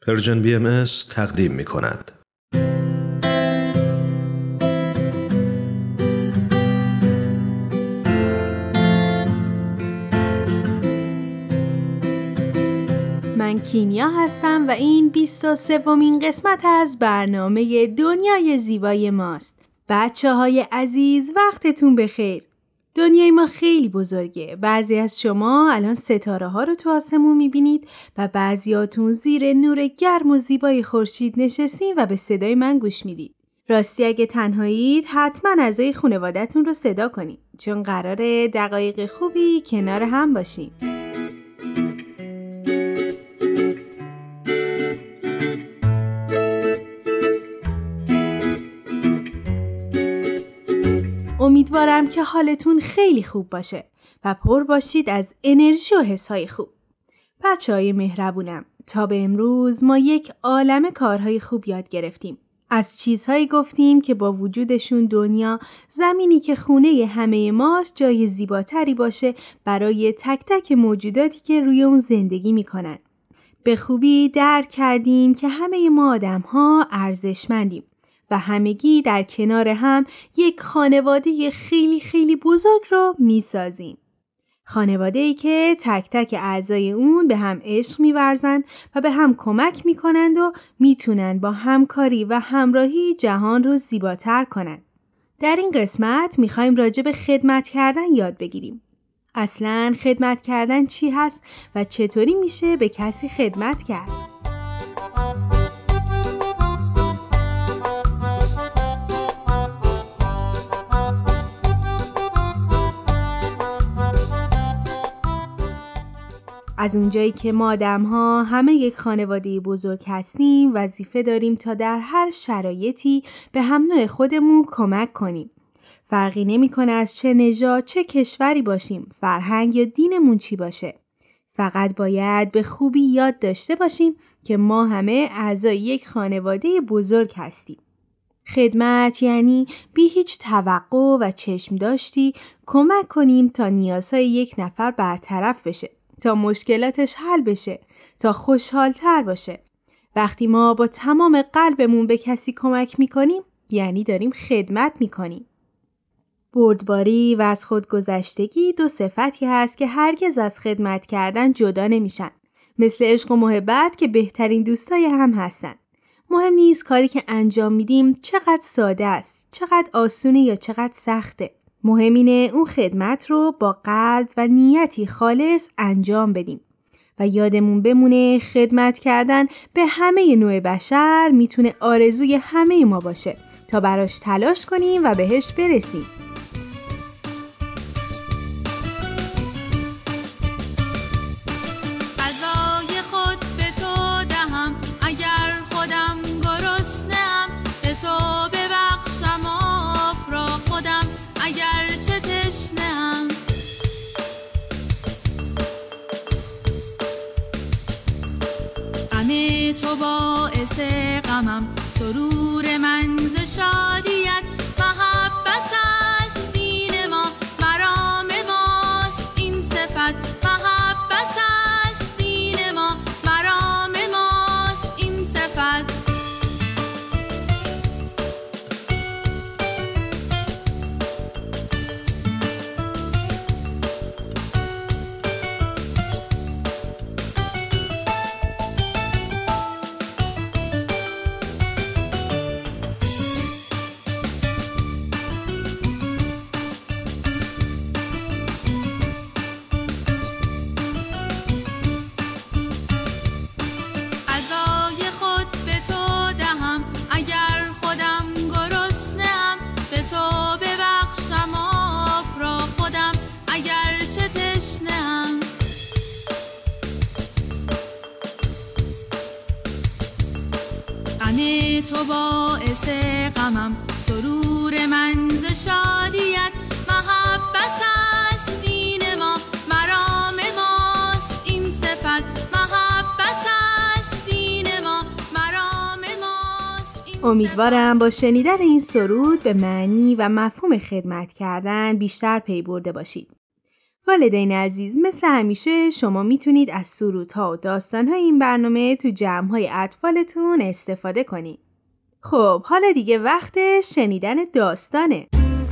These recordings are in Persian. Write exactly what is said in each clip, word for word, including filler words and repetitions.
پرژن بی ام اس تقدیم می کند. من کیمیا هستم و این بیست و سومین قسمت از برنامه دنیای زیبای ماست. بچه های عزیز وقتتون بخیر. دنیای ما خیلی بزرگه. بعضی از شما الان ستاره ها رو تو آسمون میبینید و بعضیاتون زیر نور گرم و زیبای خورشید نشستین و به صدای من گوش میدید. راستی اگه تنهایید حتما اعضای خانواده‌تون رو صدا کنید، چون قراره دقایق خوبی کنار هم باشیم. امیدوارم که حالتون خیلی خوب باشه و پر باشید از انرژی و حسهای خوب. بچه‌های مهربونم، تا به امروز ما یک عالمه کارهای خوب یاد گرفتیم. از چیزهایی گفتیم که با وجودشون دنیا، زمینی که خونه همه ماست، جای زیباتری باشه برای تک تک موجوداتی که روی اون زندگی میکنن. به خوبی درک کردیم که همه ما آدم‌ها ارزشمندیم و همگی در کنار هم یک خانواده خیلی خیلی بزرگ رو میسازیم. خانواده‌ای که تک تک اعضای اون به هم عشق می‌ورزن و به هم کمک می‌کنند و میتونن با همکاری و همراهی جهان رو زیباتر کنن. در این قسمت می‌خوایم راجع به خدمت کردن یاد بگیریم. اصلاً خدمت کردن چی هست و چطوری میشه به کسی خدمت کرد؟ از اونجایی که ما آدم‌ها همه یک خانواده بزرگ هستیم، وظیفه داریم تا در هر شرایطی به هم نوع خودمون کمک کنیم. فرقی نمی‌کنه از چه نژاد، چه کشوری باشیم، فرهنگ یا دینمون چی باشه. فقط باید به خوبی یاد داشته باشیم که ما همه اعضای یک خانواده بزرگ هستیم. خدمت یعنی بی هیچ توقع و چشم داشتی کمک کنیم تا نیازهای یک نفر برطرف بشه، تا مشکلاتش حل بشه، تا خوشحال‌تر باشه. وقتی ما با تمام قلبمون به کسی کمک میکنیم، یعنی داریم خدمت میکنیم. بردباری و از خودگذشتگی دو صفتی هست که هرگز از خدمت کردن جدا نمیشن. مثل عشق و محبت که بهترین دوستای هم هستن. مهم نیست کاری که انجام میدیم چقدر ساده است، چقدر آسونه یا چقدر سخته. مهم اینه اون خدمت رو با قلب و نیتی خالص انجام بدیم و یادمون بمونه خدمت کردن به همه نوع بشر میتونه آرزوی همه ما باشه تا براش تلاش کنیم و بهش برسیم. غذای خود به تو دهم، اگر خودم گرسنه‌ام به تو ببخشم آب را خودم، اگر چه تشنه‌ام. غم تو باعث غمم، سرور من ز شادیت. محبت است دین ما، مرام ماست این صفت. محبت است دین ما، مرام ماست این صفت. تو باعث غمم، سرور من ز شادیت. محبت است دین ما، مرام ماست این صفت. محبت است دین ما، مرام ماست این صفت. امیدوارم با شنیدن این سرود به معنی و مفهوم خدمت کردن بیشتر پی برده باشید. والدین عزیز، مثل همیشه شما میتونید از سرودها و داستانهای این برنامه تو جمعهای اطفالتون استفاده کنید. خب حالا دیگه وقت شنیدن داستانه.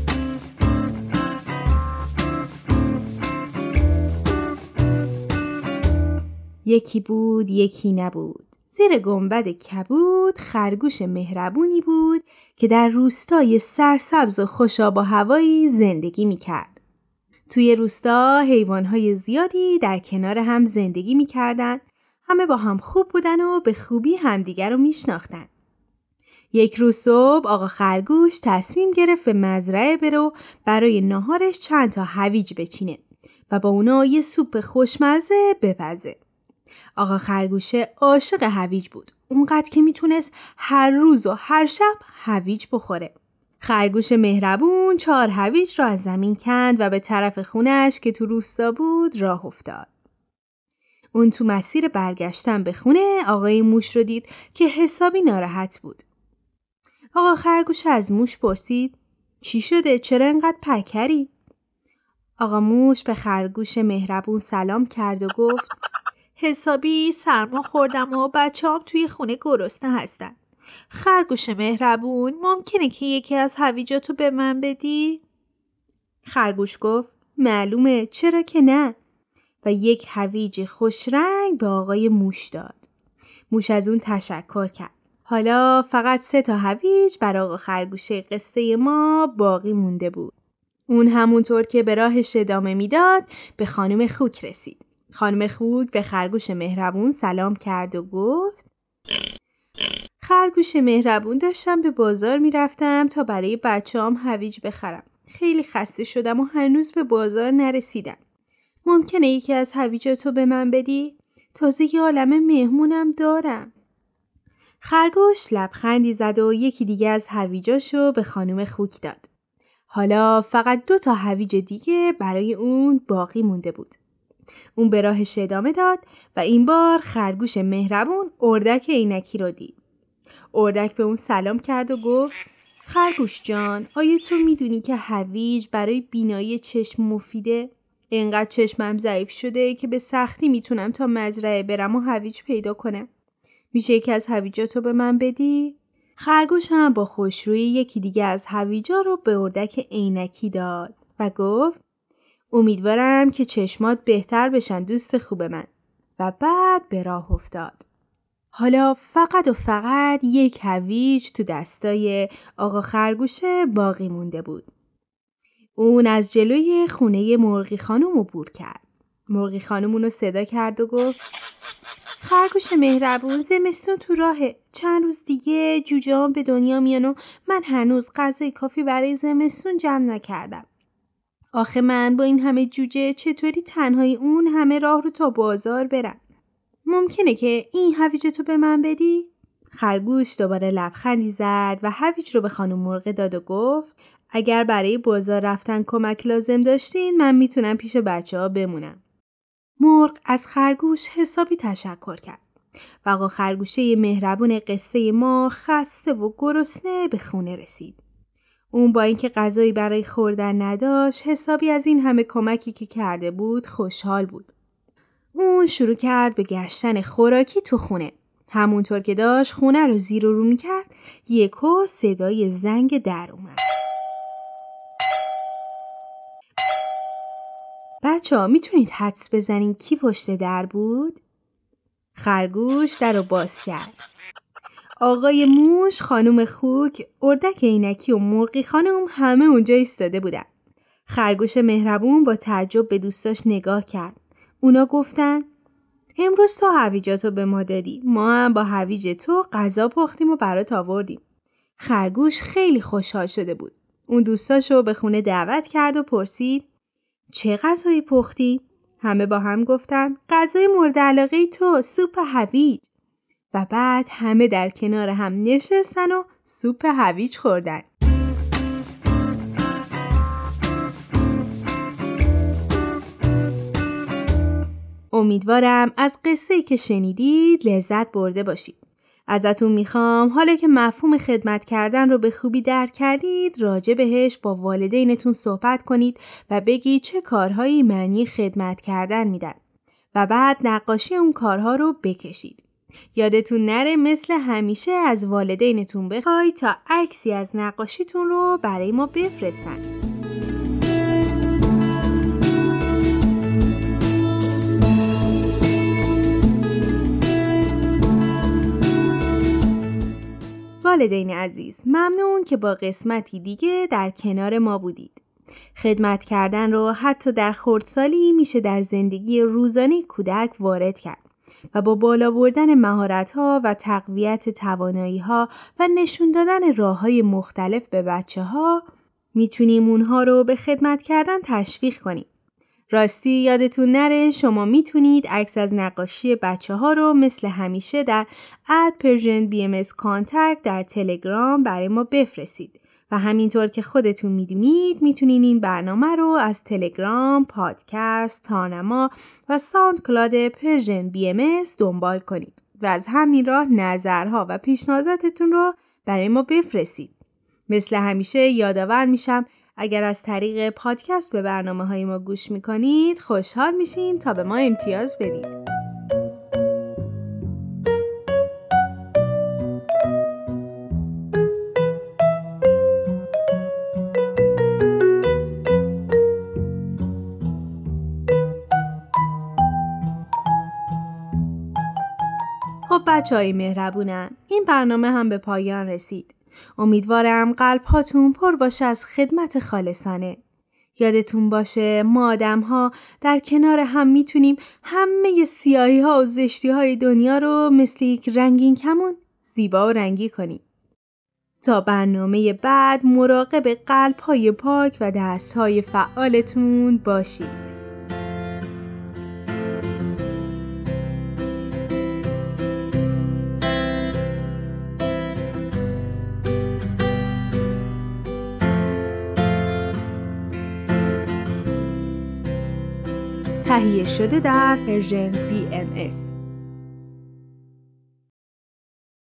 یکی بود یکی نبود. زیر گنبد کبود خرگوش مهربونی بود که در روستای سرسبز و خوشاب و هوایی زندگی میکرد. توی روستا حیوانهای زیادی در کنار هم زندگی میکردن. همه با هم خوب بودن و به خوبی همدیگر رو میشناختن. یک روز صبح آقا خرگوش تصمیم گرفت به مزرعه بره و برای ناهارش چند تا هویج بچینه و با اونا یه سوپ خوشمزه بپزه. آقا خرگوشه عاشق هویج بود. اونقدر که میتونست هر روز و هر شب هویج بخوره. خرگوش مهربون چهار هویج را از زمین کند و به طرف خونش که تو روستا بود راه افتاد. اون تو مسیر برگشتن به خونه آقای موش رو دید که حسابی ناراحت بود. آقا خرگوش از موش پرسید: چی شده؟ چرا انقدر پکری؟ آقا موش به خرگوش مهربون سلام کرد و گفت: حسابی سرما خوردم و بچه‌ام توی خونه گرسنه هستن. خرگوش مهربون، ممکنه که یکی از هویجاتو به من بدی؟ خرگوش گفت: معلومه، چرا که نه؟ و یک هویج خوش رنگ به آقای موش داد. موش از اون تشکر کرد. حالا فقط سه تا هویج برای آقا خرگوشه قصه ما باقی مونده بود. اون همونطور که به راهش ادامه میداد به خانم خوک رسید. خانم خوک به خرگوش مهربون سلام کرد و گفت: خرگوش مهربون، داشتم به بازار میرفتم تا برای بچه‌ام هویج بخرم. خیلی خسته شدم و هنوز به بازار نرسیدم. ممکنه یکی از هویجاتو به من بدی؟ تازه یه عالمه مهمونم دارم. خرگوش لبخندی زد و یکی دیگه از هویجاشو به خانم خوک داد. حالا فقط دو تا هویج دیگه برای اون باقی مونده بود. اون به راهش ادامه داد و این بار خرگوش مهربون اردک عینکی رو دید. اردک به اون سلام کرد و گفت: خرگوش جان، آیا تو میدونی که هویج برای بینایی چشم مفیده؟ اینقدر چشمم ضعیف شده که به سختی میتونم تا مزرعه برم و هویج پیدا کنم. میشه یکی از هویجاتو به من بدی؟ خرگوش هم با خوشرویی یکی دیگه از هویجا رو به اردک عینکی داد و گفت: امیدوارم که چشمات بهتر بشن دوست خوب من. و بعد به راه افتاد. حالا فقط و فقط یک هویج تو دستای آقا خرگوشه باقی مونده بود. اون از جلوی خونه مرغی خانم عبور کرد. مرغی خانم اونو صدا کرد و گفت: خرگوش مهربون، زمستون تو راهه. چند روز دیگه جوجه‌ام به دنیا میان و من هنوز غذای کافی برای زمستون جمع نکردم. آخه من با این همه جوجه چطوری تنهایی اون همه راه رو تا بازار برم؟ ممکنه که این هویجتو به من بدی؟ خرگوش دوباره لبخندی زد و هویج رو به خانم مرغ داد و گفت: اگر برای بازار رفتن کمک لازم داشتین من میتونم پیش بچه ها بمونم. مرغ از خرگوش حسابی تشکر کرد و آقا خرگوشه مهربون قصه ما خسته و گرسنه به خونه رسید. اون با اینکه غذایی برای خوردن نداشت حسابی از این همه کمکی که کرده بود خوشحال بود. اون شروع کرد به گشتن خوراکی تو خونه. همونطور که داشت خونه رو زیر و رو میکرد یکو صدای زنگ در اومد. بچه ها میتونید حدس بزنین کی پشت در بود؟ خرگوش در رو باز کرد. آقای موش، خانم خوک، اردک عینکی و مرغی خانم همه اونجا ایستاده بودن. خرگوش مهربون با تعجب به دوستاش نگاه کرد. اونا گفتن: امروز تو هویجاتو به ما دادی. ما هم با هویج تو غذا پختیم و برات آوردیم. خرگوش خیلی خوشحال شده بود. اون دوستاشو به خونه دعوت کرد و پرسید: چه غذایی پختی؟ همه با هم گفتن: غذای مورد علاقه تو، سوپ هویج. و بعد همه در کنار هم نشستن و سوپ هویج خوردن. امیدوارم از قصه‌ای که شنیدید لذت برده باشید. ازتون میخوام حالا که مفهوم خدمت کردن رو به خوبی درک کردید راجع بهش با والدینتون صحبت کنید و بگید چه کارهایی معنی خدمت کردن میدن و بعد نقاشی اون کارها رو بکشید. یادتون نره مثل همیشه از والدینتون بخواید تا عکسی از نقاشیتون رو برای ما بفرستن. والدین عزیز، ممنون که با قسمتی دیگه در کنار ما بودید. خدمت کردن رو حتی در خردسالی میشه در زندگی روزانه کودک وارد کرد و با بالا بردن مهارت‌ها و تقویت توانایی‌ها و نشون دادن راه‌های مختلف به بچه‌ها میتونیم اونها رو به خدمت کردن تشویق کنیم. راستی یادتون نره شما میتونید عکس از نقاشی بچه ها رو مثل همیشه در ات پرژن بی ام اس کانتکت در تلگرام برای ما بفرستید و همینطور که خودتون میدونید میتونین این برنامه رو از تلگرام، پادکست، تارنما و ساوند کلاد پرژن بی ام اس دنبال کنید و از همین راه نظرها و پیشنهاداتتون رو برای ما بفرستید. مثل همیشه یادآور میشم اگر از طریق پادکست به برنامه های ما گوش میکنید خوشحال میشیم تا به ما امتیاز بدید. خب بچه های مهربونم، این برنامه هم به پایان رسید. امیدوارم قلب هاتون پر باشه از خدمت خالصانه. یادتون باشه ما آدم ها در کنار هم میتونیم همه سیاهی ها و زشتی های دنیا رو مثل یک رنگین کمون زیبا و رنگی کنیم. تا برنامه بعد مراقب قلب های پاک و دست های فعالتون باشید. تهیه شده در پرژن بی ام اس.